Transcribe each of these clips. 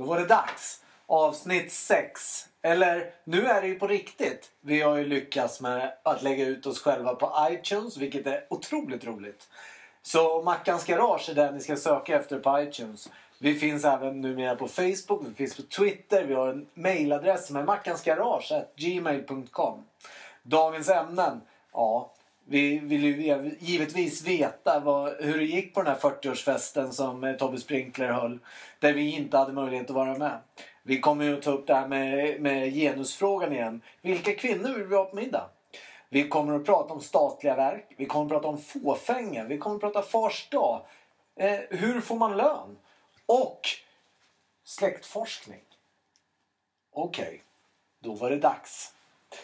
Då var det dags. Avsnitt 6. Eller nu är det ju på riktigt. Vi har ju lyckats med att lägga ut oss själva på iTunes. Vilket är otroligt roligt. Så Mackans Garage är den ni ska söka efter på iTunes. Vi finns även numera på Facebook. Vi finns på Twitter. Vi har en mailadress som är mackansgarage@gmail.com. Dagens ämnen. Ja, vi vill ju givetvis veta hur det gick på den här 40-årsfesten som Tobbe Sprinkler höll. Där vi inte hade möjlighet att vara med. Vi kommer ju att ta upp det här med genusfrågan igen. Vilka kvinnor vill vi ha på middag? Vi kommer att prata om statliga verk. Vi kommer att prata om fåfänga. Vi kommer att prata fars dag. Hur får man lön? Och släktforskning. Okej, då var det dags.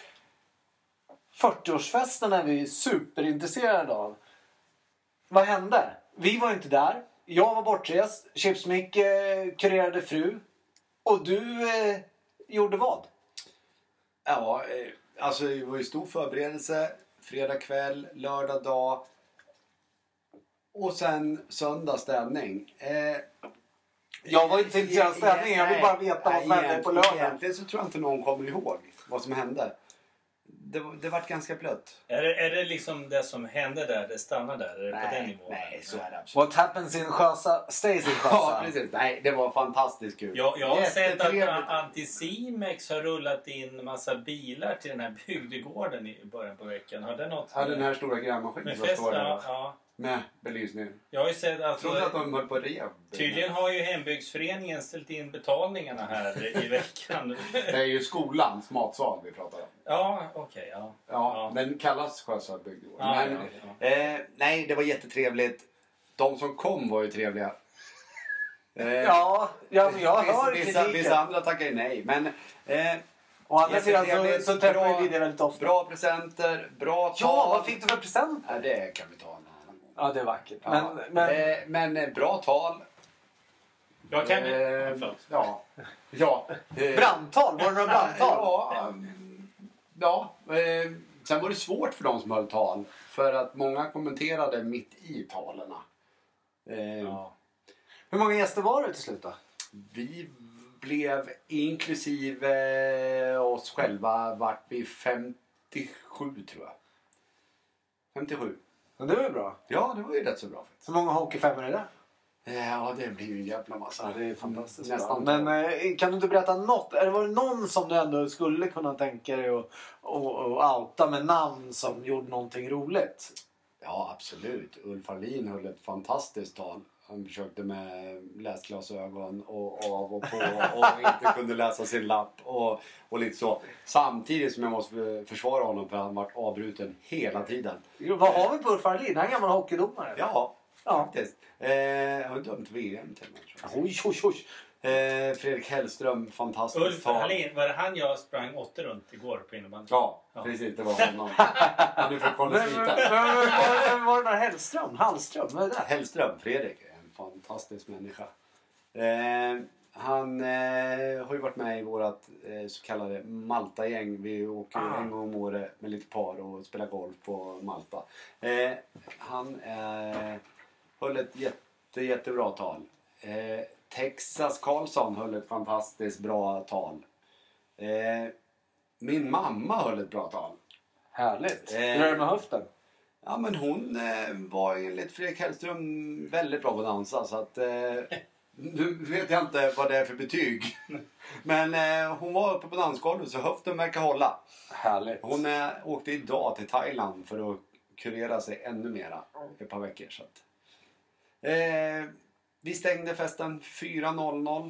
40-årsfesten är vi superintresserade av. Vad hände? Vi var inte där. Jag var bortrest. Chipsmick kurerade fru. Och du gjorde vad? Ja, alltså det var ju stor förberedelse. Fredag kväll, lördag dag. Och sen söndag städning. Jag var inte intresserad av städning. Jag vill bara veta vad som hände på lördag. Egentligen så tror jag inte någon kommer ihåg vad som hände. Det var ganska blött. Är det liksom det som hände där? Det stannar där? Är det på den nivån? Nej, så är det absolut. What happens in Sjösa stays in Sjösa. Ja, precis. Nej, det var fantastiskt kul. Jag har sett att Anticimex har rullat in en massa bilar till den här bygdegården i början på veckan. Har det något? Ja, den här stora grävmaskinen med som fest, står där. Ja. Med belysning. Jag har ju sett Jag trodde att de höll på rev. Tydligen har ju hembygdsföreningen ställt in betalningarna här i veckan. Det är ju skolans matsal vi pratar om. Ja, okej. Ja, den kallas Sjösa bygdegård. Ja, Men, nej, det var jättetrevligt. De som kom var ju trevliga. Ja, jag hör kritiken. Vissa andra tackar ju nej. Men Å andra sidan så träffar vi det väldigt ofta. Bra presenter, bra tal. Ja, vad fick du för present? Ja, det kan vi ta en annan gång. Ja, det är vackert. Ja, men bra tal. Jag kan Ja. Brandtal? Var det några brandtal? Ja. Sen var det svårt för de som höll tal. För att många kommenterade mitt i talen. Hur många gäster var det till slut då? Vi blev inklusive oss själva vart vi 57 tror jag. 57. Ja, det var ju bra. Ja, det var ju rätt så bra. Hur många hockeyfemmor är det? Ja, det blir ju en jävla massa. Ja, det är fantastiskt nästan bra. Men kan du inte berätta något? Var det någon som du ändå skulle kunna tänka dig att outa med namn som gjorde någonting roligt? Ja, absolut. Ulf Harlin höll ett fantastiskt tal. Han försökte med läsglasögon och av och på och inte kunde läsa sin lapp och lite så. Samtidigt som jag måste försvara honom för han var avbruten hela tiden. Vad har vi på Ulf Harlin? Han är en gammal hockeydomare. Ja, faktiskt. Jag har dömt VM till mig. Oj. Fredrik Hellström, fantastiskt Ulf Harlin, var det han jag sprang 8 runt igår på innebandy? Ja, precis. Det var honom. Han är från Kolnesvita. Vem var den där Hellström? Hallström? Vad är det? Hellström, Fredrik. En fantastisk människa. Han har ju varit med i vårat så kallade Malta-gäng. Vi åker en gång om året med lite par och spelar golf på Malta. Han höll ett jättebra tal. Texas Karlsson höll ett fantastiskt bra tal. Min mamma höll ett bra tal. Härligt. Hur är det med höften? Ja, men hon var enligt Fredrik Hellström väldigt bra på att dansa. Så att, nu vet jag inte vad det är för betyg. Men hon var uppe på dansgolvet så höften verkar hålla. Härligt. Hon åkte idag till Thailand för att kurera sig ännu mera ett par veckor. Så att, vi stängde festen 04.00.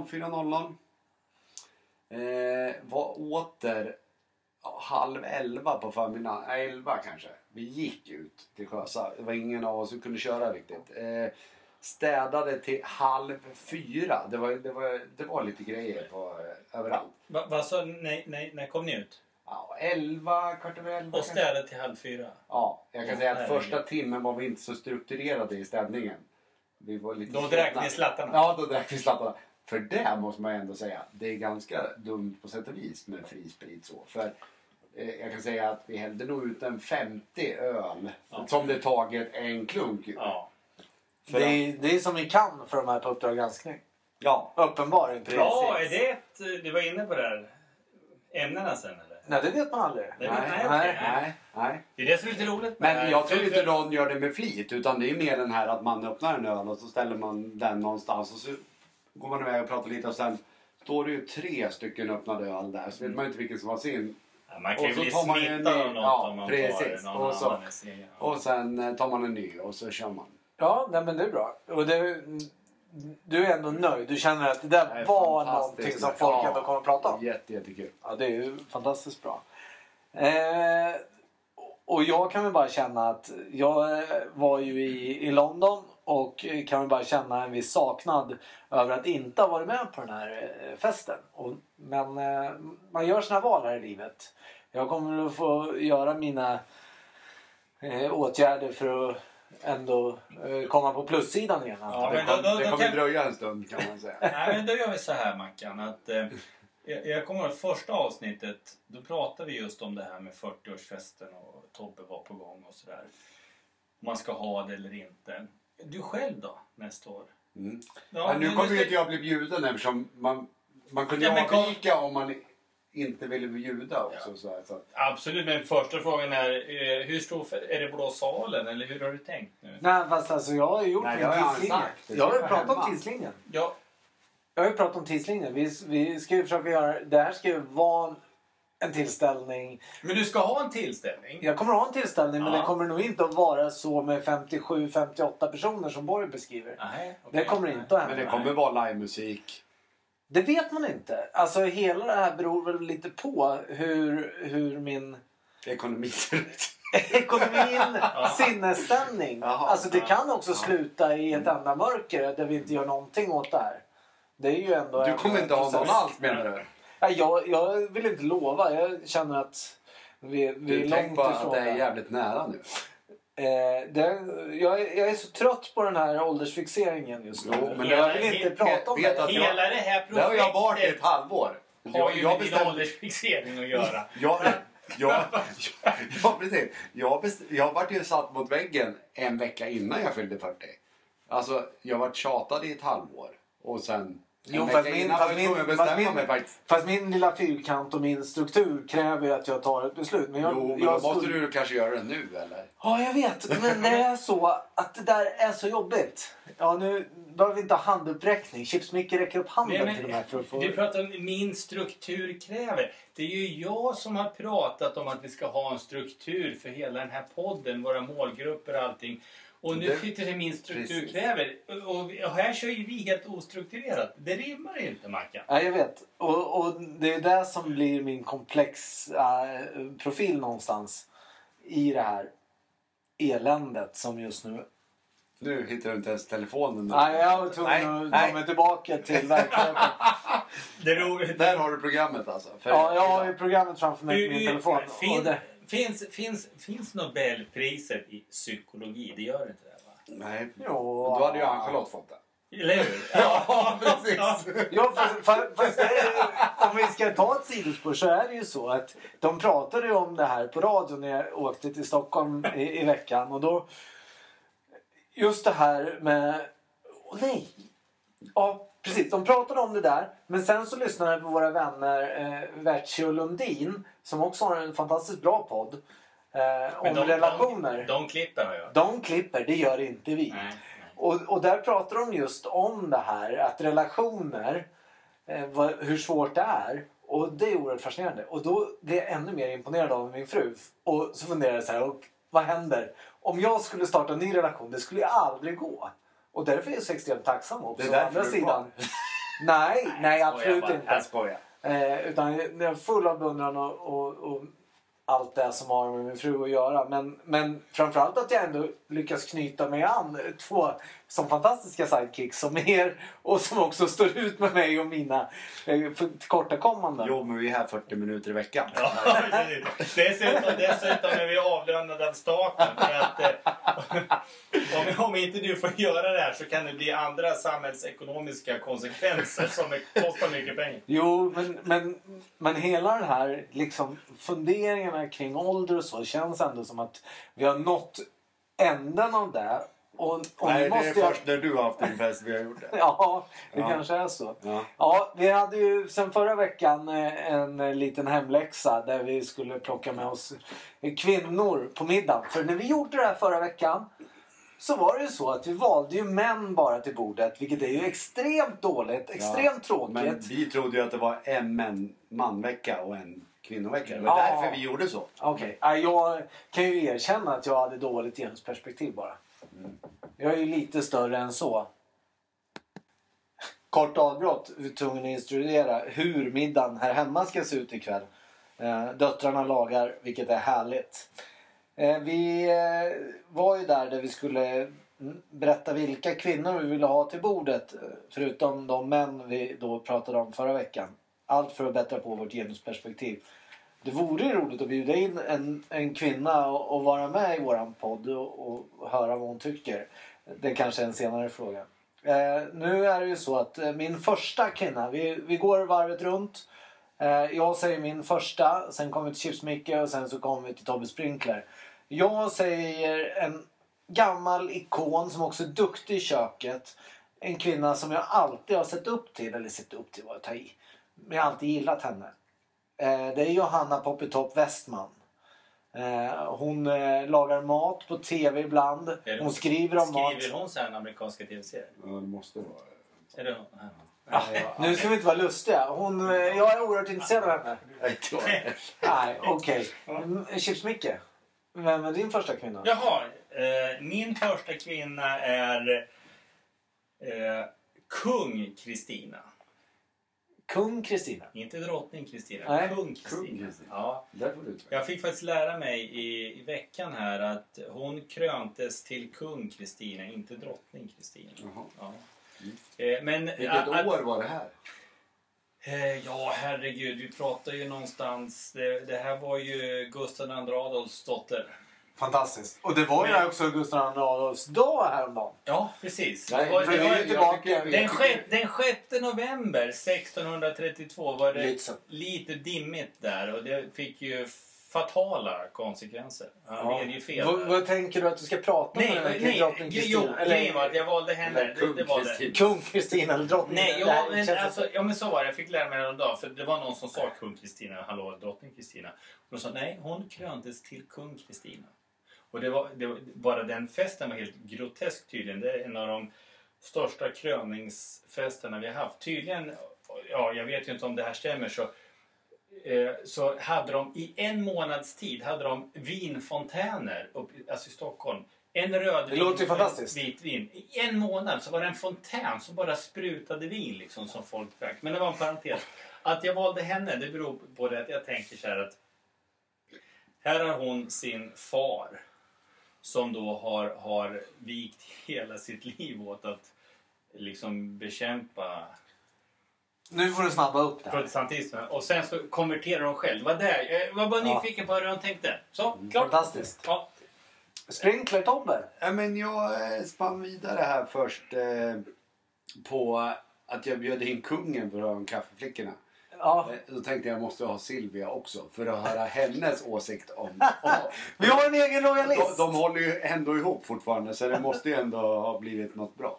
Var åter 10:30 på förmiddagen. 11 kanske. Vi gick ut till Sjösa. Det var ingen av oss som kunde köra riktigt. Städade till 3:30. Det var lite grejer på överallt. Vad sa när kom ni ut? Ja, 11, kvart över 11. Och städade till 3:30? Ja, jag kan säga att första timmen var vi inte så strukturerade i städningen. Vi var lite då drack ni slattarna? Ja, då drack vi slattarna. För det måste man ändå säga. Det är ganska dumt på sätt och vis med fri sprit så. För jag kan säga att vi hällde nog ut en 50 öl. Ja. Som det tagit en klunk. Ja. Det är som vi kan för de här på Uppdrag granskning. Ja. Uppenbarligen. Ja, är det du var inne på det här ämnena sen eller? Nej, det vet man aldrig. Nej. Det är det som är lite roligt. Men jag tror inte någon gör det med flit. Utan det är mer den här att man öppnar en öl och så ställer man den någonstans. Och så går man iväg och pratar lite och sen står det ju 3 stycken öppnade öl där. Så vet man inte vilken som var sin. Ja, man kan ju bli tar man en smittad ny. av något Ja, om man precis. tar någon annan i sin. Och sen tar man en ny och så kör man. Ja, nej, men det är bra. Och du är ändå nöjd. Du känner att det där var någonting som folk ändå kommer att prata om. Jättekul. Ja, det är ju fantastiskt bra. Och jag kan väl bara känna att jag var ju i London och kan väl bara känna en viss saknad över att inte ha varit med på den här festen. Men man gör sina val här i livet. Jag kommer att få göra mina åtgärder för att ändå komma på plussidan igen. Ja, Det kommer dröja en stund kan man säga. Nej, men då gör vi så här, Mackan. Att, jag kommer ihåg första avsnittet. Då pratade vi just om det här med 40-årsfesten och Tobbe var på gång och sådär. Om man ska ha det eller inte. Du själv då, nästa år? Mm. Ja, men nu kommer ju inte jag bli bjuden eftersom man kunde ju avvika om man inte ville bjuda också. Ja. Så. Absolut, men första frågan är hur stor är det Blå salen eller hur har du tänkt nu? Nej, fast alltså jag har ju gjort en tidslinje. Jag har ju pratat om tidslinjen. Ja. Jag har ju pratat om tidslinjen. Vi ska ju försöka göra... Det här ska ju vara en tillställning. Men du ska ha en tillställning? Jag kommer att ha en tillställning, men det kommer nog inte att vara så med 57-58 personer som Borg beskriver. Nej, det kommer inte att hända. Men det kommer vara livemusik. Det vet man inte. Alltså hela det här beror väl lite på hur min... Ekonomi ser ut. Ekonomin, sinnesstämning. Alltså det kan också sluta i ett enda mörker där vi inte gör någonting åt det här. Det är ju ändå... Du kommer inte ha någon alls, menar du? Nej, jag vill inte lova. Jag känner att vi är långt ifrån. Du ifrån att det är jävligt nära nu. Jag är så trott på den här åldersfixeringen just nu. Jo, men jag vill inte prata om det. Hela det här projektet... Det har jag varit i ett halvår. Har ju med din åldersfixering att göra. Precis. Jag var ju satt mot väggen en vecka innan jag fyllde 40. Alltså, jag var tjatad i ett halvår. Och sen... Fast min lilla fyrkant och min struktur kräver ju att jag tar ett beslut. Men då måste du kanske göra det nu, eller? Ja, jag vet. Men det är så att det där är så jobbigt. Ja, nu behöver vi inte ha handuppräckning. Chipsmicke räcker upp handen till de här för att få... Du pratar om min struktur kräver. Det är ju jag som har pratat om att vi ska ha en struktur för hela den här podden. Våra målgrupper och allting. Och nu sitter det min struktur kräver. Och här kör ju vi helt ostrukturerat. Det rimmar inte, Mackan. Ja, jag vet. Och det är det som blir min komplex profil någonstans. I det här eländet som just nu... Nu hittar du inte ens telefonen. Nej, jag var tvungen att ta mig tillbaka till verkligheten. Det är roligt. Där har du programmet alltså. Ja, jag har ju programmet framför mig på min telefon. Finns Nobelpriset i psykologi? Det gör inte det, va? Nej, då hade ju Ann-Charlotte fått det. Eller hur? Ja, precis. Ja, fast om vi ska ta ett sidospår så är det ju så att de pratade ju om det här på radion när jag åkte till Stockholm i veckan. Och då, just det här med... nej! Ja, precis. De pratade om det där. Men sen så lyssnade jag på våra vänner Vertzi och Lundin som också har en fantastiskt bra podd om relationer. De klipper, har jag. De klipper, det gör inte vi. Nej. Och där pratar de just om det här att relationer, hur svårt det är. Och det är oerhört fascinerande. Och då blir jag ännu mer imponerad av min fru. Och så funderar jag så här, och vad händer? Om jag skulle starta en ny relation, det skulle ju aldrig gå. Och därför är jag så extremt tacksam också. Det är å andra sidan. Nej, absolut inte. Jag skojar. Utan jag är full av beundran och allt det som har med min fru att göra. Men framförallt att jag ändå lyckas knyta mig an 2 som fantastiska sidekicks som er och som också står ut med mig och mina tillkortakommanden. Jo, men vi är här 40 minuter i veckan. Ja, dessutom är vi avlönade av staten. För att, om inte du får göra det här så kan det bli andra samhällsekonomiska konsekvenser som kostar mycket pengar. Jo, men hela den här liksom, funderingarna kring ålder och så känns ändå som att vi har nått änden av det. Och Nej, det måste är först när du har haft en fest vi har gjort det. Ja, det kanske är så. Ja. Ja, vi hade ju sen förra veckan en liten hemläxa där vi skulle plocka med oss kvinnor på middag. För när vi gjorde det här förra veckan så var det ju så att vi valde ju män bara till bordet. Vilket är ju extremt dåligt, extremt tråkigt. Men vi trodde ju att det var en manvecka och en kvinnovecka. Det var därför vi gjorde så. Okej. Jag kan ju erkänna att jag hade dåligt genusperspektiv bara. Jag är ju lite större än så. Kort avbrott. Vi är tvungna att instruera hur middagen här hemma ska se ut ikväll. Döttrarna lagar, vilket är härligt. Vi var ju där vi skulle berätta vilka kvinnor vi ville ha till bordet. Förutom de män vi då pratade om förra veckan. Allt för att bättra på vårt genusperspektiv. Det vore ju roligt att bjuda in en kvinna och vara med i våran podd och höra vad hon tycker. Det kanske är en senare fråga. Nu är det ju så att min första kvinna, vi går varvet runt. Jag säger min första, sen kommer vi till Chips Micke och sen så kommer vi till Tobbe Sprinkler. Jag säger en gammal ikon som också är duktig i köket. En kvinna som jag alltid har sett upp till, eller sett upp till vad jag tar i. Men jag har alltid gillat henne. Det är Johanna Poppetopp Westman. Hon lagar mat på tv ibland. Hon skriver om mat. Skriver hon sen amerikanska tv-serier? Ja, det måste vara. Är det hon? Nu ska vi inte vara lustiga. Jag är oerhört intresserad av henne. Nej, okej. Chips Micke. Vem är din första kvinna? Jaha, min första kvinna är kung Kristina. Kung Kristina. Inte drottning Kristina, Nej. kung Kristina. Ja. Där får du Jag fick faktiskt lära mig i veckan här att hon kröntes till kung Kristina, inte drottning Kristina. Ja. Men vilket år var det här? Ja, herregud, vi pratar ju någonstans. Det här var ju Gustav II Adolfs dotter. Fantastiskt. Och det var ju också Gustav II Adolfs dag häromdagen. Ja, precis. Nej, det var, vi är tillbaka. den 6 november 1632 var det lite dimmigt där. Och det fick ju fatala konsekvenser. Han led ju fel. Vad tänker du att du ska prata med Nej, drottning Kristina? Eller var att jag valde henne. Kung Kristina eller drottning? Nej, men så var det. Jag fick lära mig det en dag. För det var någon som sa kung Kristina, hallå, drottning Kristina. Och de sa nej, hon kröntes till kung Kristina. Och det var bara den festen var helt grotesk tydligen. Det är en av de största kröningsfesterna vi har haft. Tydligen, ja, jag vet ju inte om det här stämmer, så hade de i en månads tid vinfontäner alltså i Stockholm. En rödvin och en vit vin. I en månad så var det en fontän som bara sprutade vin liksom, som folk drack. Men det var en parentes. Att jag valde henne, det beror på det att jag tänker så här att här har hon sin far som då har vikt hela sitt liv åt att liksom bekämpa Nu får du snabba upp det här. protestantismen. Och sen så konverterar de själv. Jag var bara nyfiken på hur de tänkte. Så, klart. Fantastiskt. Ja. Sprinkler Tobbe. Ja, men jag spann vidare här först på att jag bjöd in kungen för att höra om kaffeflickorna. Ja. Då tänkte jag måste ha Silvia också för att höra hennes åsikt om... Vi har en egen royalist. De håller ju ändå ihop fortfarande så det måste ju ändå ha blivit något bra.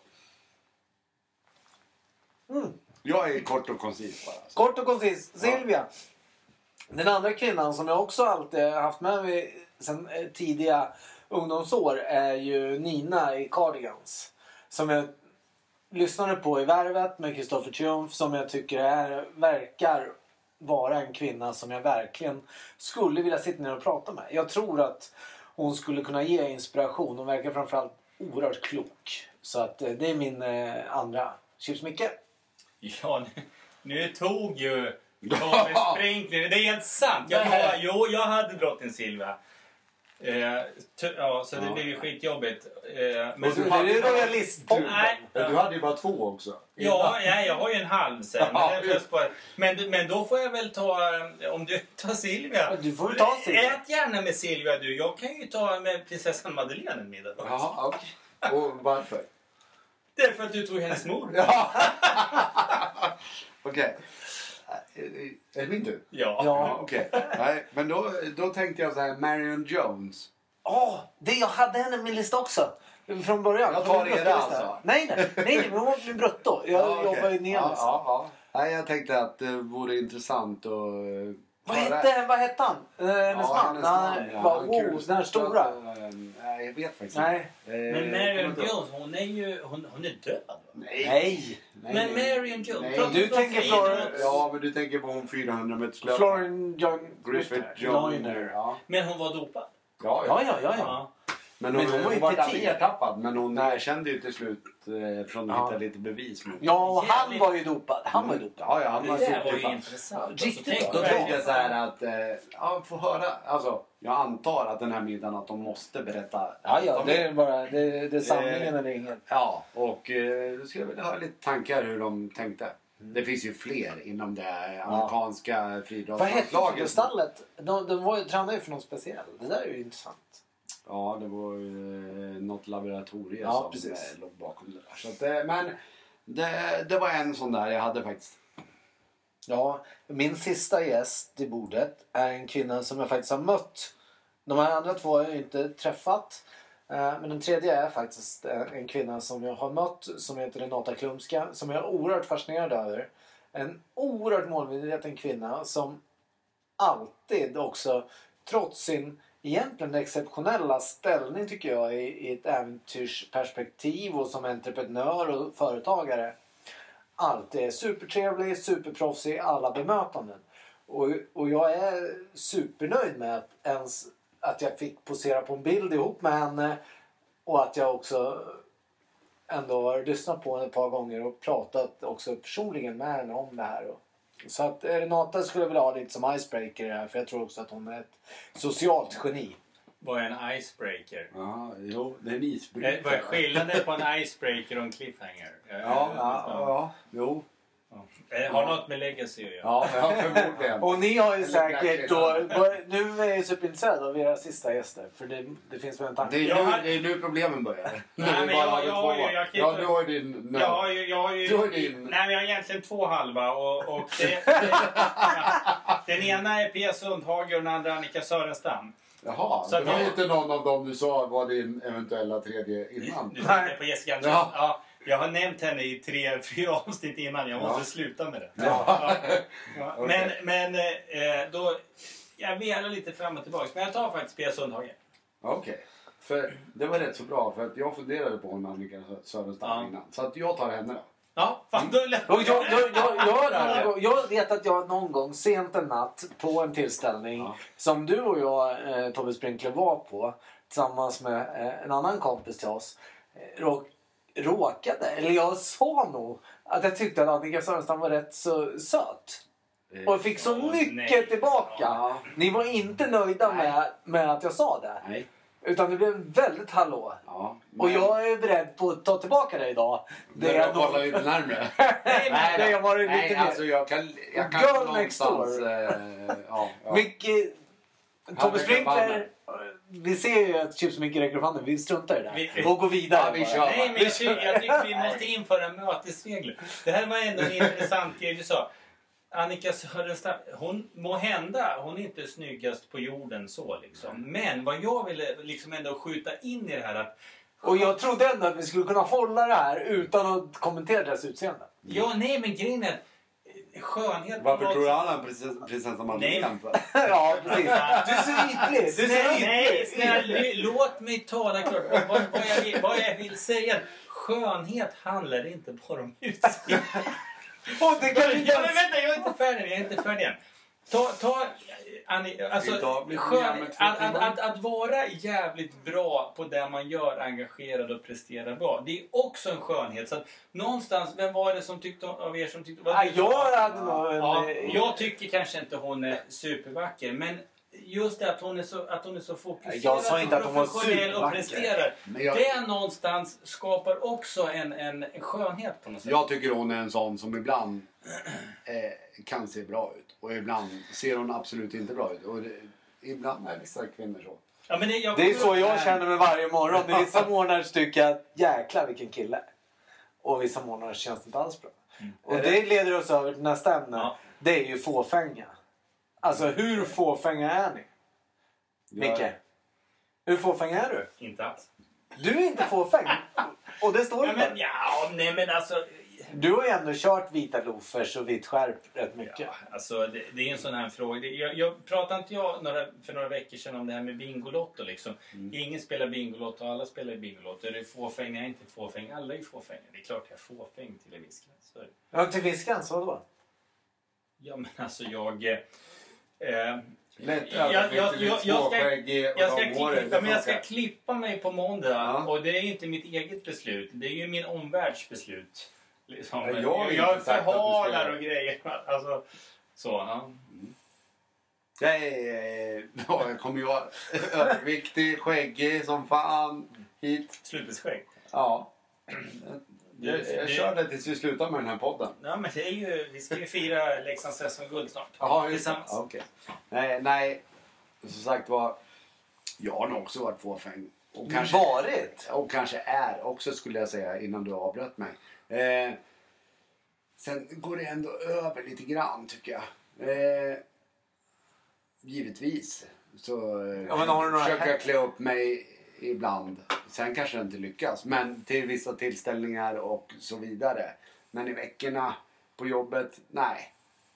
Jag är kort och koncis bara. Kort och koncis. Silvia. Den andra kvinnan som jag också alltid haft med mig sedan tidiga ungdomsår är ju Nina i Cardigans. Som jag lyssnade på i Värvet med Kristoffer Triumf, som jag tycker verkar vara en kvinna som jag verkligen skulle vilja sitta ner och prata med. Jag tror att hon skulle kunna ge inspiration. Hon verkar framförallt oerhört klok. Så att det är min andra. Chips Micke. Ja, nu tog ju Tobbe Sprinkler. Det är helt sant. Jag hade drottning Silvia. Så det blev ju skitjobbigt. Men du hade ju royalistpodden. Du hade ju bara 2 också. Ja, jag har ju en halv sen. Men då får jag väl ta, om du tar Silvia. Du får ta Silvia. Ät gärna med Silvia du. Jag kan ju ta med prinsessan Madeleine en middag. Jaha, okej. Och varför? Därför att du tog hennes mor. Okej. Är det min tur? Ja. Okej. Nej, men då tänkte jag så här, Marion Jones. Jag hade henne på min lista också. Från början. Jag tar det alltså. Nej, men hon var min brutto. Jag jobbar ju ner liksom. Ja. Nej, jag tänkte att det vore intressant att... Vad hette han? Hennes man? Den här stora. Nej, jag vet faktiskt Nej. Men Marion Jones, hon är död. Nej. Men Marion Jones. Du tänker Florence. Ja, men du tänker på hon 400 meterslöpare. Florence Griffith Joyner. Ja. Men hon var dopad. Ja. Men hon var inte aldrig ertappad. Men hon erkände ju till slut eftersom hon hittade lite bevis mot. Ja, och han var ju dopad. Han var var det var ju intressant. Riktigt Då tänkte jag så här att få höra. Alltså, jag antar att den här middagen att de måste berätta. Ja, det är bara det är sanningen eller inget. Ja, och då skulle jag vilja höra lite tankar hur de tänkte. Det finns ju fler inom det amerikanska friidrottslandslaget. Vad hette stallet? De tränade ju för något speciellt. Det där är ju intressant. Ja, det var något laboratorium som låg bakom det där. Så att, men det var en sån där jag hade faktiskt. Ja, min sista gäst i bordet är en kvinna som jag faktiskt har mött. De här andra två har jag inte träffat. Men den tredje är faktiskt en kvinna som jag har mött som heter Renata Klumska. Som jag är oerhört fascinerad över. En oerhört målmedveten kvinna som alltid också, trots sin egentligen exceptionella ställning tycker jag i ett äventyrsperspektiv och som entreprenör och företagare, alltid är supertrevlig, superproffsig i alla bemötanden. Och jag är supernöjd med att jag fick posera på en bild ihop med henne och att jag också ändå har lyssnat på henne ett par gånger och pratat också personligen med henne om det här. Så att Renata skulle vilja ha lite som icebreaker i det här, för jag tror också att hon är ett socialt geni. Vad är en icebreaker? Ja, jo, det är en isbrytare. Vad är skillnaden på en icebreaker och en cliffhanger? Jo. Har något med legacy att göra? Ja, förmodligen. Och ni har ju säkert då, nu är jag superintresserad av era sista gäster, för det finns väl en tanke. Det är nu problemen börjar. Nej, men du har ju din... Nej, men jag har egentligen två halva och den ena är Pia Sundhage och den andra Annika Sörenstam. Jaha, så det var inte någon av dem du sa var din eventuella tredje innan. Du tänkte på Jessica Andersson. Ja. Jag har nämnt henne i 3-4 avsnitt innan. Jag måste sluta med det. Okay. Men då... Jag velar lite fram och tillbaka. Men jag tar faktiskt Pia Sundhage. Okej. För det var rätt så bra. För att jag funderade på hon Annika Sörenstam innan. Så att jag tar henne då. Ja, fan då jag vet att jag någon gång sent en natt på en tillställning som du och jag, Tobbe Sprinkler, var på tillsammans med en annan kompis till oss, råkade, eller jag sa nog att jag tyckte att Annika Sörenstam var rätt så söt. Och jag fick så mycket tillbaka. Ni var inte nöjda med att jag sa det. Nej. Utan det blev väldigt hallå. Ja, och jag är beredd på att ta tillbaka det idag. Det jag kollar lite närmare. Nej, jag var lite mer. Alltså jag kan Girl next door. Mycket... Tobbe Sprinkler, vi ser ju att Chips mycket räcker upp handen. Vi struntar i det. Och går vidare. Vi kör. Nej, men jag tycker vi måste införa mötesregler. Det här var ändå en intressant grej du sa. Annika Sörenstam, hon är inte snyggast på jorden så liksom. Men vad jag ville liksom ändå skjuta in i det här att... Och jag trodde ändå att vi skulle kunna hålla det här utan att kommentera deras utseende. Ja, nej, men grejen är skönhet... Varför tror du han är prinsessa Madeleine? Ja, precis. Du är så ytlig. Nej, snälla, låt mig tala klart. Vad jag vill säga. Skönhet handlar inte bara om utseende. Men vänta, jag är inte färdig än. Att vara jävligt bra på det man gör, engagerad och presterar bra, det är också en skönhet. Så att någonstans, vem var det som tyckte av er som tyckte... Jag tycker kanske inte hon är supervacker, men just det att hon är så fokuserad, jag sa inte att hon var supervacker och presterar. Det någonstans skapar också en skönhet på något sätt. Jag tycker hon är en sån som ibland kan se bra ut. Och ibland ser hon absolut inte bra ut. Och ibland är vissa kvinnor så. Ja, men det är så jag känner mig varje morgon. Det är vissa månader tycker jag jäklar vilken kille. Och vissa månader känns det inte alls bra. Och det leder oss över till nästa ämne. Ja. Det är ju fåfänga. Alltså hur fåfänga är ni? Micke? Hur fåfänga är du? Inte alls. Du är inte fåfäng. Och det står Ja, inte. nej men alltså... Du har ju ändå kört vita loafers och vitt skärp rätt mycket. Ja, alltså det är en sån här fråga. Jag pratade inte för några veckor sedan om det här med Bingolotto liksom. Ingen spelar Bingolotto, alla spelar Bingolotto. Är det fåfäng? Nej, inte fåfäng. Alla är fåfäng. Det är klart jag är fåfäng till en viss gräns. Ja, till viss gräns, vadå? Ja, men alltså jag ska klippa mig på måndag och det är inte mitt eget beslut. Det är ju min omvärlds beslut. Liksom. Jag förhalar och grejer. Alltså, så, ja. Jag kommer ju vara överviktig, skäggig som fan hit. Slutbeskägg. Ja. Jag kör det tills vi slutar med den här podden. Ja, men det är ju, vi ska ju fira Leksands SM-guld snart. Jaha, tillsammans. Ja, okay. Nej. Som sagt var, jag har nog också varit fåfäng. Och kanske varit? Och kanske är också, skulle jag säga, innan du avbröt mig. Sen går det ändå över lite grann, tycker jag. Givetvis. Så försöker jag klä upp mig ibland. Sen kanske det inte lyckas. Men till vissa tillställningar och så vidare. Men i veckorna på jobbet, nej.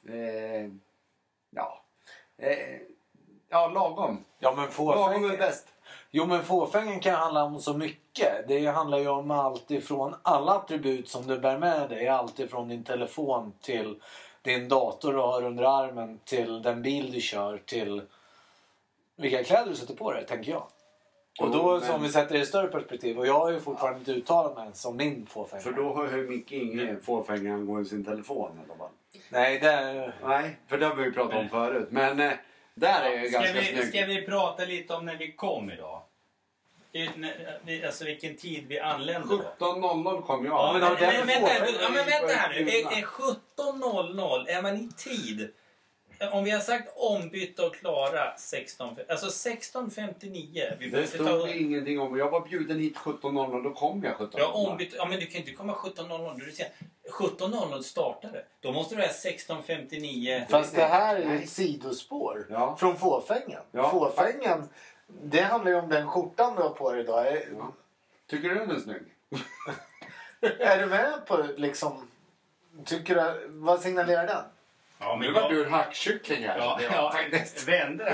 Lagom. Ja, men Lagom är bäst. Jo, men fåfängen kan handla om så mycket. Det handlar ju om allt ifrån alla attribut som du bär med dig. Allt ifrån din telefon till din dator du har under armen, till den bil du kör, till vilka kläder du sätter på dig, tänker jag. Och då, som vi sätter det i större perspektiv, och jag har ju fortfarande inte uttalat mig som min fåfänga. För då har ju Micke ingen fåfänga angående sin telefon i alla fall. Nej, Nej, för det har vi ju pratat om förut. Men där är ju ganska snyggt. Ska vi prata lite om när vi kom idag? Alltså vilken tid vi anlände då? 17.00 kom jag. Ja, men vänta här nu. Är 17.00, är man i tid? Om vi har sagt ombytta och klara 16, alltså 16.59. Det stod ingenting om. Jag var bjuden hit 17.00, då kom jag 17.00. Ja, ombytta. Ja, men du kan inte komma 17.00. Du säger 17.00 startade. Då måste du ha 16.59. Fast det här är ett sidospår från fåfängen. Ja. Fåfängen, det handlar ju om den skjortan du har på dig idag. Ja. Tycker du den är snygg? Är du med på liksom... Tycker du... Vad signalerar den? Ja, men nu var du en hackkyckling här. Vände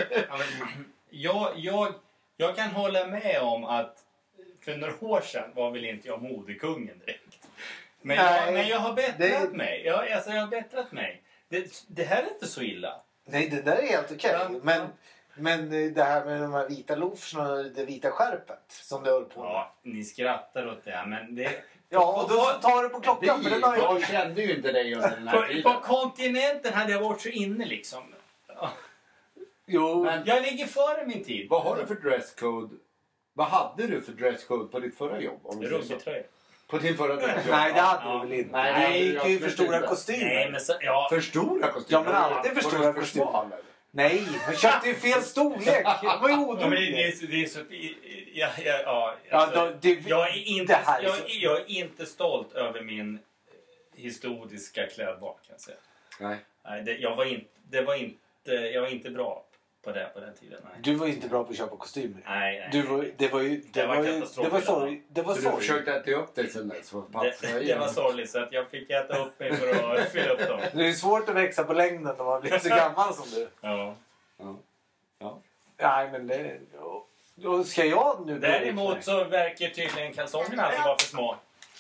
jag kan hålla med om att för några år sedan var väl inte jag modekungen direkt. Men jag har bättrat mig. Jag har bättrat mig. Det här är inte så illa. Nej, det där är helt okej. Men det här med de här vita loaferna och det vita skärpet som du höll på med. Ja, ni skrattar åt det, men det... Ja, och då tar du på klockan. Jag kände ju inte dig under den här tiden. På kontinenten hade jag varit så inne liksom. Jo. Men jag ligger före min tid. Vad har du för dresscode? Vad hade du för dresscode på ditt förra jobb? Rugbytröja. På din förra jobb? Nej, det hade du väl inte. Nej, det gick ju för stora kostymer. Nej, men för stora kostymer? Ja, men alltid för stora kostymer. Nej, jag köpte ju fel storlek. Det var ju odugligt. Det är så... Jag är inte stolt över min historiska klädval, kan jag säga. Nej, jag var inte bra på den tiden. Nej. Du var inte bra på att köpa kostymer. Nej. Det var sorgligt. Du försökte äta upp dig sen dess. Det var sorgligt, så att jag fick äta upp mig för att fylla upp dem. Det är svårt att växa på längden när man blir så gammal som du. Ja. Nej, men det... Då ska jag nu... Däremot så verkar tydligen kalsongerna alltså vara för små.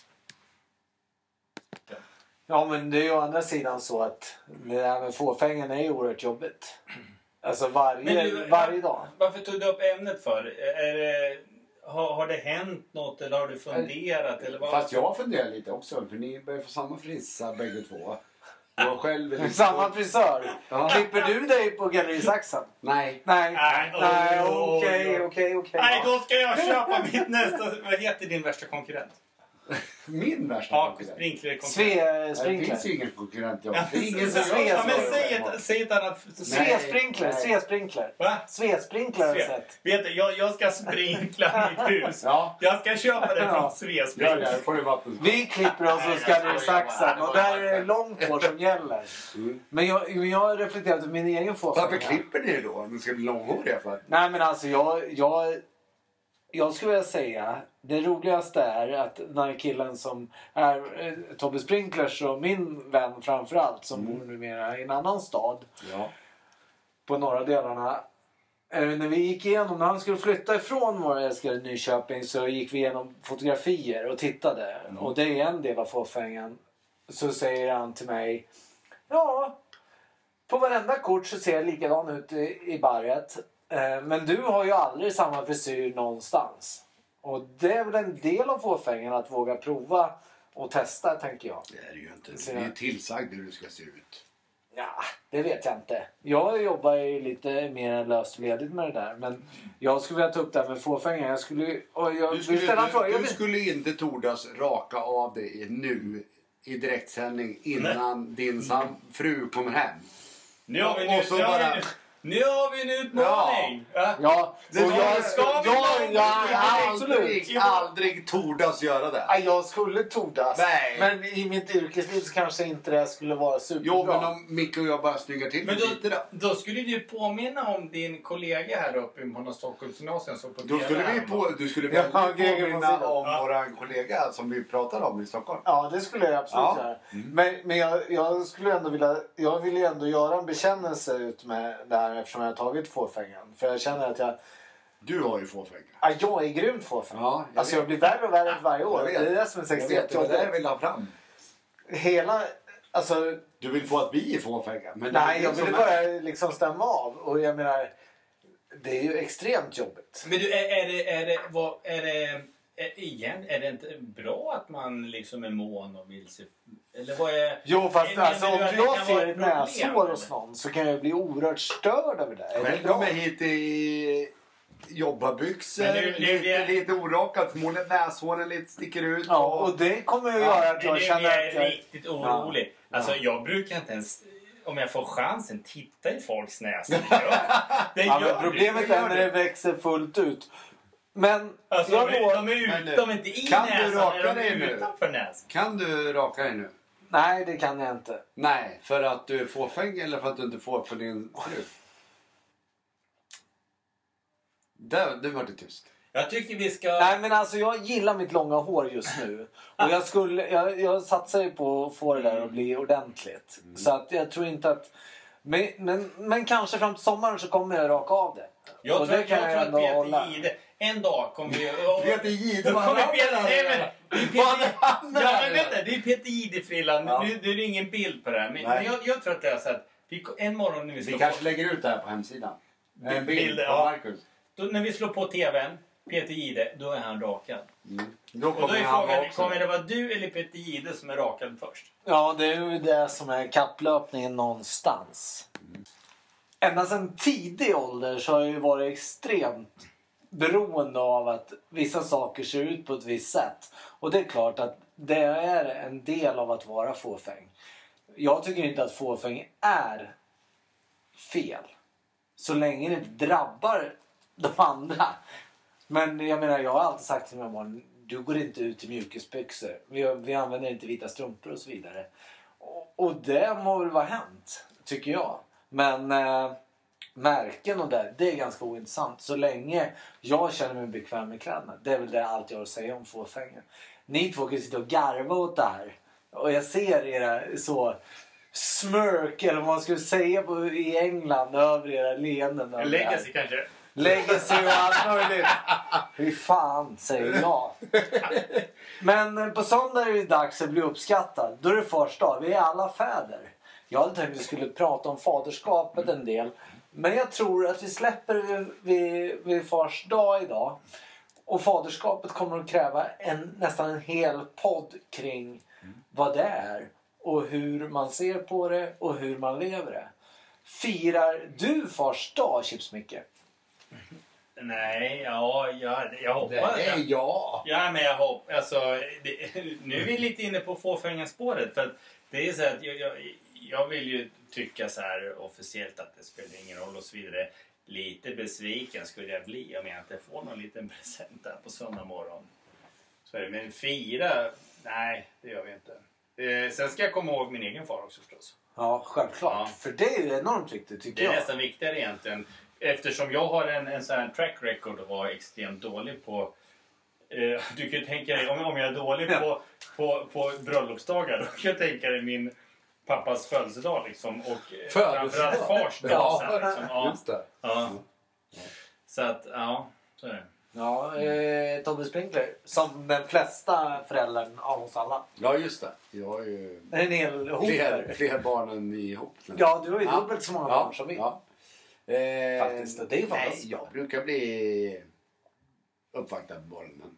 Ja, men det är ju å andra sidan så att det här med fåfängen är ju oerhört jobbigt. Alltså varje dag. Varför tog du upp ämnet för? Har det hänt något eller har du funderat? Eller vad? Fast jag funderar lite också. För ni börjar få samma frissa bägge två. Jag själv är samma frisör. Ja. Klipper du dig på Galleri Saxen? Nej. Okej. Nej, då ska jag köpa mitt nästa... Vad heter din värsta konkurrent? Min värsta konkurrent? Sprinkler. Det finns ju ingen konkurrent. Säg ett annat. Svesprinkler. Va? Svesprinkler har jag sett. Vet du, jag ska sprinkla mitt hus. Jag ska köpa det från Svesprinkler. Vi klipper oss hos Galleri Saxen och där är det långt hår som gäller. Men jag har reflekterat över min egen fåfänga. Varför klipper ni då? Ni ska bli långhåriga för? Nej, men alltså jag jag skulle vilja säga det roligaste är att den här killen som är Tobbe Sprinklers och min vän framförallt som bor numera i en annan stad på norra delarna. När vi gick igenom, när han skulle flytta ifrån vår älskade Nyköping så gick vi igenom fotografier och tittade. Och det är en del av fåfängen. Så säger han till mig, ja, på varenda kort så ser jag likadan ut i barret. Men du har ju aldrig samma frisyr någonstans. Och det är väl en del av fåfängen att våga prova och testa, tänker jag. Det är det ju inte. Du är tillsagd hur du ska se ut. Ja, det vet jag inte. Jag jobbar ju lite mer löst och ledigt med det där. Men jag skulle vilja ta upp det här med fåfängen. Du skulle inte tordas raka av dig nu i direktsändning innan din fru kommer hem. Nu har vi en utmaning. Ja, aldrig tordas göra det. Jag skulle tordas. Nej. Men i mitt yrkesliv så kanske inte det skulle vara superbra. Jo, men om Micke och jag bara snyggar till men lite då skulle du påminna om din kollega här uppe på Stockholmsgymnasium. Du skulle påminna om våran kollega som vi pratade om i Stockholm. Ja, det skulle jag absolut göra. Men jag skulle ändå vilja... Jag vill ju ändå göra en bekännelse ut med det här eftersom jag har tagit fåfängan. För jag känner att jag... Du har ju fåfänga. Ja, jag är grymt fåfäng. Ja, jag blir värre och värre varje år. Det är det som är 61. Jag vet, det vill ha fram. Du vill få att vi är fåfänga. Nej, jag vill bara liksom stämma av. Och jag menar, det är ju extremt jobbigt. Men du, är det inte bra att man liksom är mån och vill se... Eller vad är... Jo, fast om jag ser ett näshår hos någon så kan jag bli oerhört störd över det. Själv kommer jag hit i jobbarbyxor, lite orakat, förmodligen näshåren lite sticker ut. Ja, och det kommer jag göra att jag känner att jag är riktigt orolig. Ja. Alltså, jag brukar inte ens... Om jag får chansen, titta i folks näsor. Problemet är när det växer fullt ut. Men alltså, de är inte i kan näsan, du raka de är utanför näsan. Kan du raka dig nu? Nej, det kan jag inte. Nej, för att du är fåfäng eller för att du inte får för din fru? Det var det tyst. Jag tycker vi ska... Nej, men alltså jag gillar mitt långa hår just nu. Och jag satsar ju på att få det där att bli ordentligt. Så att jag tror inte att... Men kanske fram till sommaren så kommer jag raka av det. Jag tror att Peter Jihde... En dag kommer vi... Peter Jihde? Det är Peter Jihde-frillan. Nu är det ingen bild på det här. Men jag tror att det är så att... En morgon när vi kanske lägger ut det här på hemsidan. En bild på Marcus. Då, när vi slår på tvn, Peter Jihde, då är han rakad. Då är frågan, kommer det vara du eller Peter Jihde som är rakad först? Ja, det är ju det som är kapplöpningen någonstans. Ända sedan tidig ålder så har jag ju varit extremt beroende av att vissa saker ser ut på ett visst sätt. Och det är klart att det är en del av att vara fåfäng. Jag tycker inte att fåfäng är fel. Så länge det inte drabbar de andra. Men jag menar, jag har alltid sagt till min barn, du går inte ut i mjukisbyxor. Vi använder inte vita strumpor och så vidare. Och det må väl vara hänt, tycker jag. Men märken och det är ganska ointressant. Så länge jag känner mig bekväm med kläderna. Det är väl det allt jag har att säga om fåfängen. Ni två kan sitta och garva åt det här. Och jag ser era så... smirk eller vad man skulle säga i England över era leenden. Legacy kanske. Legacy och allt möjligt. Hur fan säger jag. Men på söndag är det dags att bli uppskattad. Då är det fars dag. Vi är alla fäder. Jag hade tänkt att vi skulle prata om faderskapet en del. Men jag tror att vi släpper vid fars dag idag. Och faderskapet kommer att kräva nästan en hel podd kring vad det är. Och hur man ser på det och hur man lever det. Firar du fars dag, Chipsmicke? Nej, jag hoppas. Nej, ja. Ja, men jag hoppas. Alltså, nu är vi lite inne på fåfängarspåret. För att det är så att jag vill ju tycka så här officiellt att det spelar ingen roll och så vidare. Lite besviken skulle jag bli om jag inte får någon liten present där på söndag morgon. Så är det. Men fira, nej, det gör vi inte. Sen ska jag komma ihåg min egen far också förstås. Ja, självklart. Ja. För det är ju enormt viktigt tycker jag. Det är nästan viktigare egentligen. eftersom jag har en sån här track record och var extremt dålig på... du kan ju tänka dig, om jag är dålig på bröllopsdagar, då kan jag tänka dig min pappas födelsedag liksom. Och framförallt fars dag sen, liksom. Ja, just det. Ja. Så att, ja, så är det. Ja, Tobbe Sprinkler. Som den flesta föräldrar av oss alla. Ja, just det. Jag har ju en hel fler barn än ihop. Ja, du har ju dubbelt så många barn som vi. Ja. Faktiskt, det är fantastiskt. Nej, jag brukar bli uppvaktad på bollen.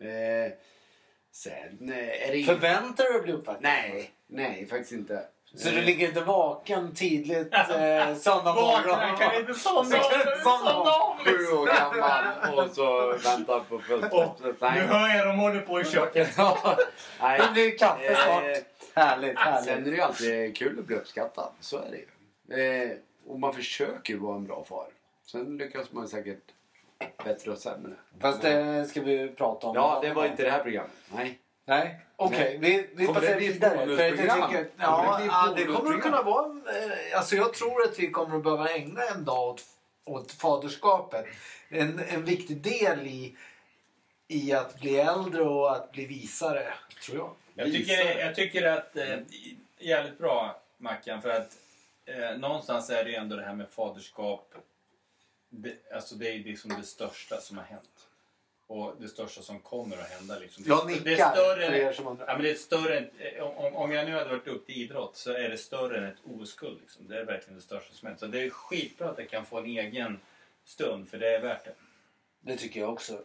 Sen är det... Förväntar du dig att bli uppvaktad? Nej, faktiskt inte. Så du ligger inte vaken tidigt söndag morgon? Kan inte somna 7 år gammal och så väntar på fullständigt. Nu hör jag de håller på i köket. Nej. Det blir kaffe snart. Härligt. Sen är det ju alltid kul att bli uppskattad. Så är det ju. Och man försöker ju vara en bra far. Sen lyckas man säkert bättre och sämre. Fast det ska vi prata om. Ja, det var inte det här programmet. Nej. Okej, vi passerar vidare. Det kommer att kunna vara... Alltså jag tror att vi kommer att behöva ägna en dag åt faderskapet. En viktig del i att bli äldre och att bli visare, tror jag. Jag tycker att jävligt bra, Mackan, för att någonstans är det ändå det här med faderskap. Alltså det är liksom det största som har hänt. Och det största som kommer att hända. Liksom. Jag nickar. Det är större för er som undrar. Ja, men det är större om jag nu hade varit duktig i idrott så är det större än ett OS-guld. Liksom. Det är verkligen det största som hänt. Så det är skitbra att jag kan få en egen stund, för det är värt det. Det tycker jag också.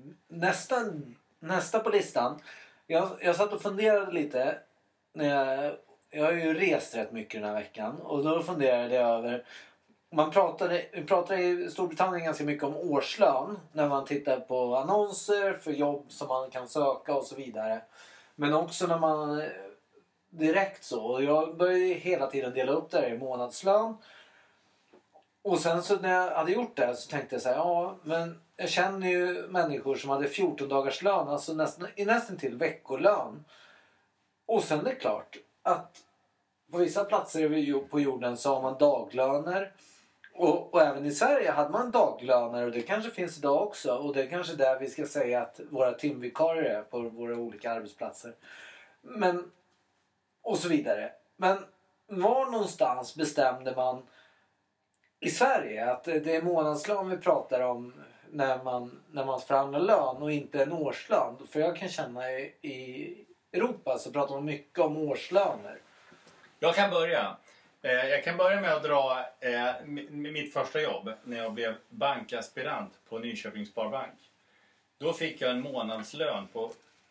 Nästa på listan. Jag satt och funderade lite. Jag har ju rest rätt mycket den här veckan. Och då funderade jag över... Vi pratar i Storbritannien ganska mycket om årslön när man tittar på annonser för jobb som man kan söka och så vidare. Men också när man direkt så. Och jag började hela tiden dela upp det här i månadslön. Och sen så när jag hade gjort det så tänkte jag så här, ja men jag känner ju människor som hade 14 dagars lön, alltså nästan till veckolön. Och sen är det klart att på vissa platser på jorden så har man daglöner. Och även i Sverige hade man daglöner, och det kanske finns idag också. Och det är kanske där vi ska säga att våra timvikarier är på våra olika arbetsplatser. Men, och så vidare. Men var någonstans bestämde man i Sverige att det är månadslön vi pratar om när man förhandlar lön och inte en årslön? För jag kan känna i Europa så pratar man mycket om årslöner. Jag kan börja. Jag kan börja med att dra mitt första jobb när jag blev bankaspirant på Nyköpings Sparbank. Då fick jag en månadslön på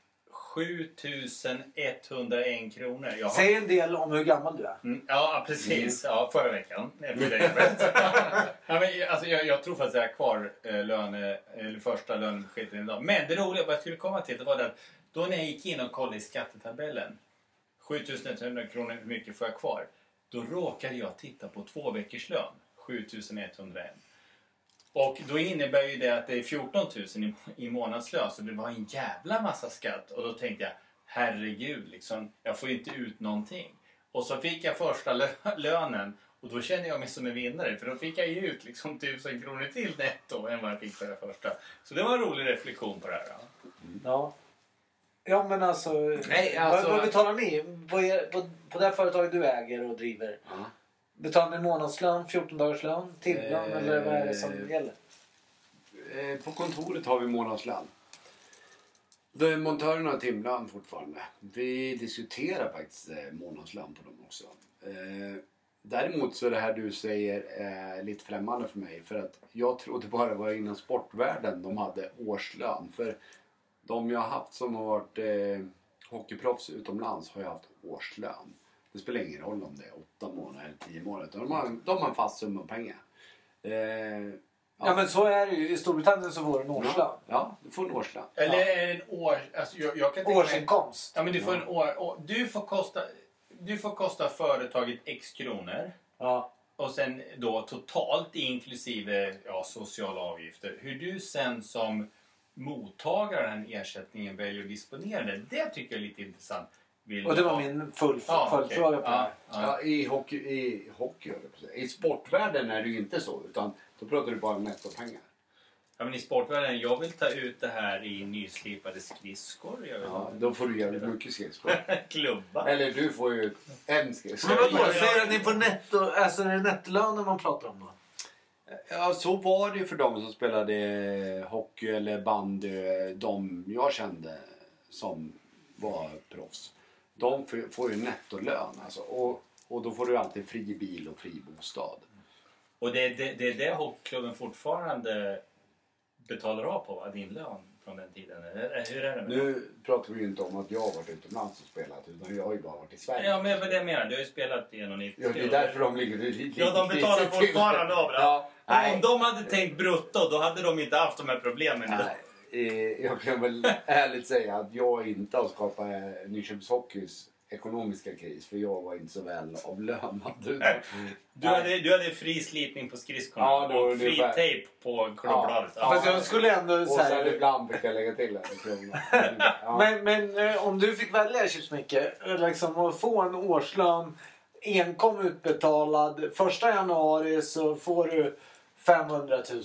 7101 kronor. Säg en del om hur gammal du är. Ja, precis. Ja, förra veckan. Jag tror faktiskt att jag är kvar första löneskiten idag. Men det roliga vad jag skulle komma till det var att då när jag gick in och kollade i skattetabellen 7100 kronor, hur mycket får jag kvar? Då råkade jag titta på 2 veckors lön, 7101. Och då innebär ju det att det är 14 000 i månadslön, så det var en jävla massa skatt. Och då tänkte jag, herregud, liksom, jag får inte ut någonting. Och så fick jag första lönen, och då kände jag mig som en vinnare. För då fick jag ju ut liksom 1000 kronor till netto än vad jag fick för det första. Så det var en rolig reflektion på det här. Ja. Ja, men alltså vad betalar ni på det här företaget du äger och driver? Betalar ni månadslön, 14 dagars lön, timlön eller vad är det som gäller? På kontoret har vi månadslön. Montörerna har timlön fortfarande. Vi diskuterar faktiskt månadslön på dem också. Däremot så är det här du säger lite främmande för mig. För att jag trodde bara det var inom sportvärlden de hade årslön. För de jag har haft som har varit hockeyproffs utomlands har jag haft årslön. Det spelar ingen roll om det är 8 månader eller 10 månader. De har en fast summa pengar. Ja, men så är det ju. I Storbritannien så får du en årslön. Ja, du får en årslön. Eller är det en år... Alltså, jag kan årsinkomst. Ja, men du får en år... Du får kosta företaget X kronor. Ja. Och sen då totalt inklusive sociala avgifter. Hur du sen som mottagare av den ersättningen väljer att disponera det tycker jag är lite intressant. vill Och det var ha. min följdfråga på det här. Ja, i hockey höll jag på att säga. I sportvärlden är det ju inte så, utan då pratar du bara om nettopengar. Ja, men i sportvärlden, jag vill ta ut det här i nyslipade skridskor. Jag vill Ja, då får du jävligt mycket skridskor. klubba. Eller du får ju en skridsko. Men vadå, säger ni på netto, alltså är det nettolönen man pratar om då? Ja, så var det ju för dem som spelade hockey eller bandy. De jag kände som var proffs. De får ju nettolön alltså. Och då får du alltid fri bil och fri bostad. Och det är det hockeyklubben fortfarande betalar av på, va? Din lön från den tiden. Hur är det med det? Nu pratar vi ju inte om att jag har varit utomlands och spelat, utan jag har ju bara varit i Sverige. Ja, men vad det menar du har ju spelat i 1,90. Ja, det är därför de ligger lite. Ja, de betalar fortfarande av det. Ja, Om de hade tänkt brutto, då hade de inte haft de här problemen. Nej, jag kan väl ärligt säga att jag inte har skapat Nyköpings Hockeys ekonomiska kris, för jag var inte så väl avlönad. Du hade fri slipning på skridskorna och fri tejp på klubbladet. Ja. Fast jag skulle ändå och sen ibland fick jag lägga till en krona. Ja. Men om du fick välja, Chips-Micke, liksom att få en årslön enkom utbetalad 1 januari, så får du 500 000.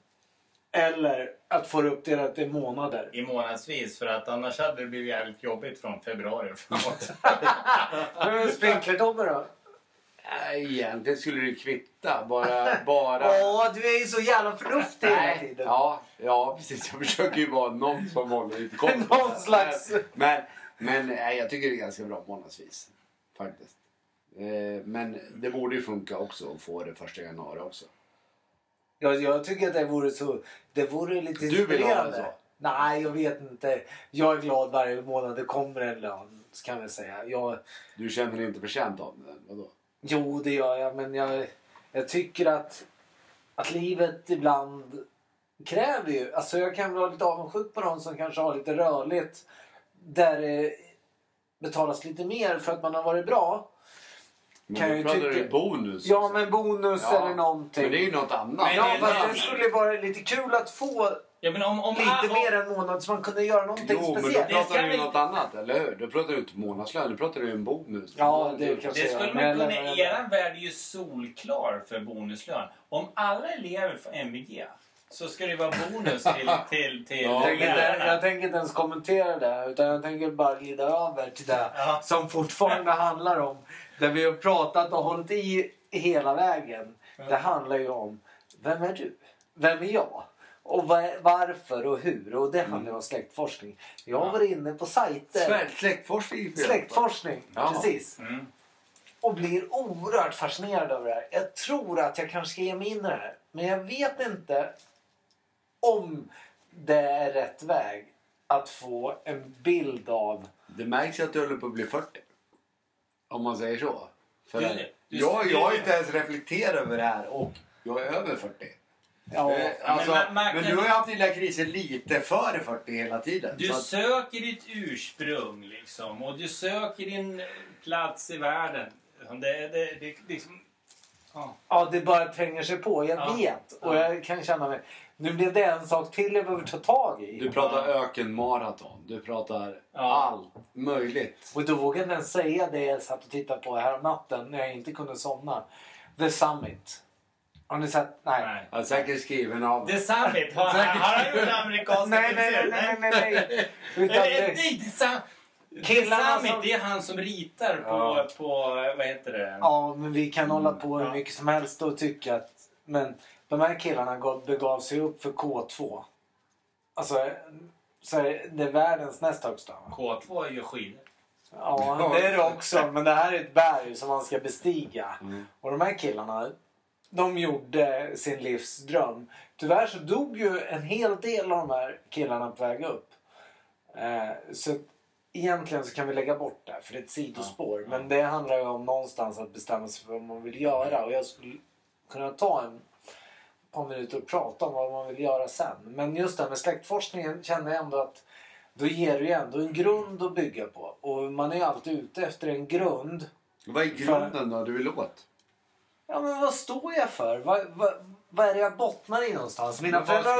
Eller att få det uppdelat i månader. I månadsvis, för att annars hade det blivit jävligt jobbigt från februari framåt. Men Sprinkler-Tobbe då? Egentligen skulle det kvitta. Bara... Åh, du är ju så jävla förnuftig hela tiden. Ja, precis. Jag försöker ju vara någon som håller lite koll. Någon slags... Men jag tycker det är ganska bra månadsvis. Faktiskt. Men det borde ju funka också att få det 1 januari också. Jag tycker att det vore lite Du vill ha det så? Nej, jag vet inte. Jag är glad varje månad det kommer en lön, kan jag säga. Du känner dig inte förtjänt av den? Vadå? Jo, det gör jag. Men jag tycker att livet ibland kräver ju... Alltså jag kan vara lite avundsjuk på någon som kanske har lite rörligt. Där det betalas lite mer för att man har varit bra. Men då pratar du bonus. Ja, men bonus eller någonting. Men det är ju något annat. Ja, fast det skulle vara lite kul att få lite mer än månad så man kunde göra någonting speciellt. Men då pratar du ju något annat, eller hur? Då pratar du inte månadslön, då pratar du en bonus. Ja, det kanske det skulle man kunna... Eran värld är ju solklar för bonuslön. Om alla elever får MVG så ska det vara bonus till jag tänker inte ens kommentera det, utan jag tänker bara glida över till det som fortfarande handlar om. Där vi har pratat och hållit i hela vägen. Det handlar ju om, vem är du? Vem är jag? Och varför och hur? Och det handlar om släktforskning. Jag har varit inne på sajter. Släktforskning, precis. Mm. Och blir oerhört fascinerad över det här. Jag tror att jag kanske ska ge mig in i det här. Men jag vet inte om det är rätt väg att få en bild av... Det märks att du håller på att bli 40. Om man säger så. För jag har inte ens reflekterat över det här och jag är över 40. Ja, men du har ju haft dina kriser lite före 40 hela tiden. Du söker ditt ursprung liksom, och du söker din plats i världen. Det liksom... Ja, det bara tränger sig på. Jag vet. Och jag kan känna mig... Nu blir det en sak till jag behöver ta tag i. Du pratar ökenmaraton. Du pratar allt möjligt. Och då vågade jag inte ens säga det jag satt och tittade på här om natten när jag inte kunde somna. The Summit. Har ni sett? Nej. Jag är säkert skriven av... The Summit? Har han gjort amerikanska Nej. Killarna som... Det är han som ritar på vad heter det? Ja, men vi kan hålla på hur mycket som helst och tycka att... Men de här killarna begav sig upp för K2. Alltså, så är det världens näst högsta. K2 är ju skidor. Ja, det är det också. Men det här är ett berg som man ska bestiga. Och de här killarna, de gjorde sin livsdröm. Tyvärr så dog ju en hel del av de här killarna på väg upp. Så egentligen så kan vi lägga bort det, för det är ett sidospår. Men det handlar ju om någonstans att bestämma sig för vad man vill göra. Och jag skulle kunna ta en par minuter och prata om vad man vill göra sen. Men just det här med släktforskningen känner jag ändå att då ger det ju ändå en grund att bygga på. Och man är ju alltid ute efter en grund. Vad är grunden då du vill åt? Ja, men vad står jag för? Vad är det jag bottnar i någonstans? Mina föräldrar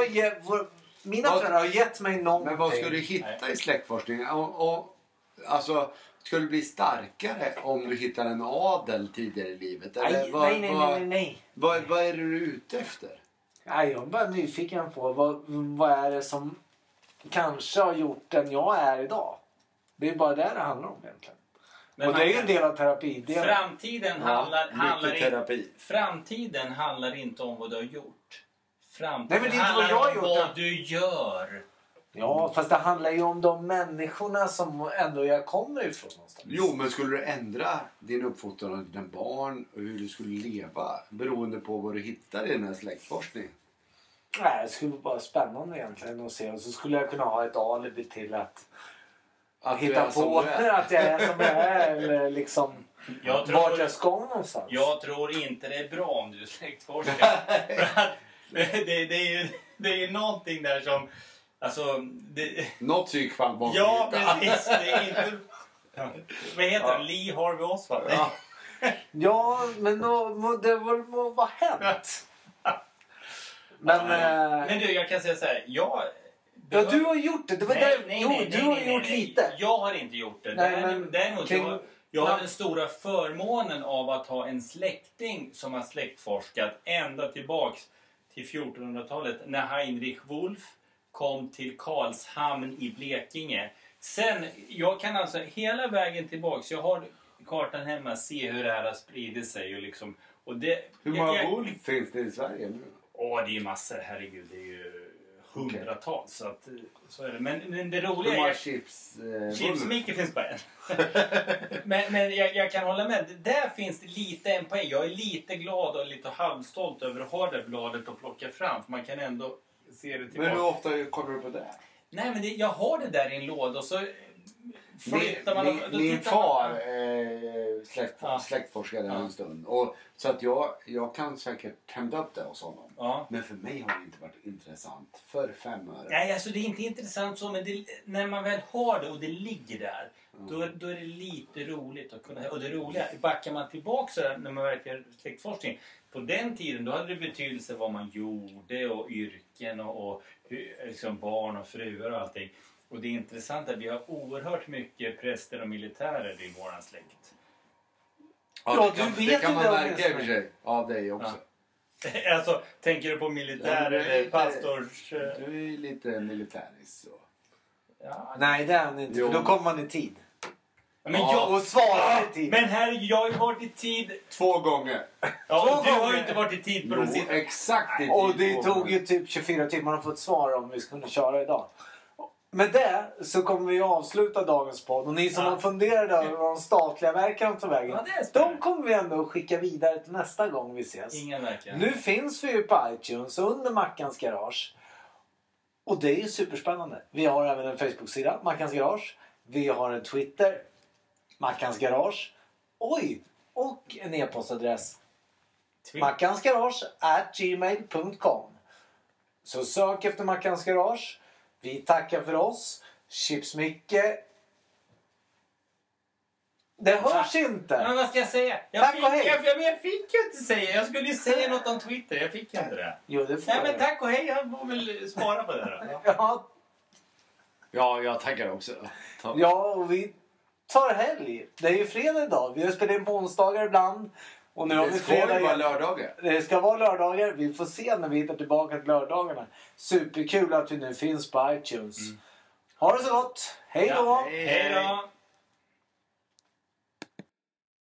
har gett mig någonting. Men vad ska du hitta i släktforskningen? Alltså, skulle du bli starkare om du hittar en adel tidigare i livet? Eller Nej. Vad är det du är ute efter? Nej, jag är bara nyfiken på vad är det som kanske har gjort den jag är idag. Det är bara det handlar om egentligen. Men och det är ju en del av terapi. Framtiden framtiden handlar inte om vad du har gjort. Framtiden Nej, men det är inte vad jag har gjort. Vad du gör. Ja, fast det handlar ju om de människorna som ändå jag kommer ifrån någonstans. Jo, men skulle du ändra din uppfostran av dina barn och hur du skulle leva beroende på vad du hittar i den här släktforskningen? Nej, det skulle vara spännande egentligen att se. Och så skulle jag kunna ha ett alibi till att hitta på att jag är som jag är. Eller liksom vart jag ska någonstans. Jag tror inte det är bra om du är släktforskare. För att det är ju någonting där som... Alltså, något psykfall måste ja, precis. Det är inte... Vad heter han? Lee Harvey Oswald? Ja, men då, det må vara hänt. Men du, jag kan säga så här. Ja, du har gjort det. Nej, du har gjort lite. Jag har inte gjort det. Däremot, jag har den stora förmånen av att ha en släkting som har släktforskat ända tillbaks till 1400-talet när Heinrich Wolff kom till Karlshamn i Blekinge. Sen, jag kan alltså hela vägen tillbaks, jag har kartan hemma, se hur det här har spridit sig och liksom... Och det, hur många Wolff finns det i Sverige nu? Det är massor, herregud, det är ju hundratals. Så är det. Men det roliga hur många är... Chips-Micke finns bara en. men jag kan hålla med. Där finns det lite en poäng. Jag är lite glad och lite halvstolt över att ha det bladet att plocka fram. För man kan ändå se det tillbaka. Men hur ofta kommer du på det? Nej, men jag har det där i en låda och så flyttar man... Min far släktforskade en stund. Och, så att jag kan säkert hämta upp det hos honom. Ja. Men för mig har det inte varit intressant för 5 öre. Nej, alltså det är inte intressant så. Men när man väl har det och det ligger där. Då är det lite roligt att kunna... Och det roliga, backar man tillbaka så där, när man verkar släktforskning. På den tiden då hade det betydelse vad man gjorde och yrken och liksom barn och fruar och allting. Och det är intressant att vi har oerhört mycket präster och militärer i våran släkt. Ja, det kan man märka i och för sig av dig också. Ja. Alltså, tänker du på militär eller pastors... Du är lite militäris. Ja. Nej, det är han inte. För då kommer man i tid. Men och svarar i tid. Men här, jag har ju varit i tid 2 gånger. Ja, du har ju inte varit i tid på den sista. Exakt i tid. Och det tog ju typ 24 timmar att få ett svar om vi skulle köra idag. Med det så kommer vi avsluta dagens podd. Och ni som har funderat över vad de statliga verken tar vägen. De kommer vi ändå skicka vidare till nästa gång vi ses. Ingen verkan. Nu finns vi ju på iTunes under Mackans Garage. Och det är ju superspännande. Vi har även en Facebook-sida, Mackans Garage. Vi har en Twitter, Mackans Garage. Och en e-postadress. mackansgarage@gmail.com. Så sök efter Mackans Garage. Vi tackar för oss. Chips-Micke. Det hörs inte. Men vad ska jag säga? Jag fick ju inte säga. Jag skulle ju säga något om Twitter. Jag fick inte det. Jo, det får men tack och hej. Jag får väl spara på det då. Ja, jag tackar också. Ja, och vi tar helg. Det är ju fredag idag. Vi har spelat in på onsdagar ibland. Och nu har vi fredag. Det ska vara lördagar. Det ska vara lördagar. Vi får se när vi hittar tillbaka till lördagarna. Superkul att vi nu finns på iTunes. Ha det så gott. Hej då! Hej då!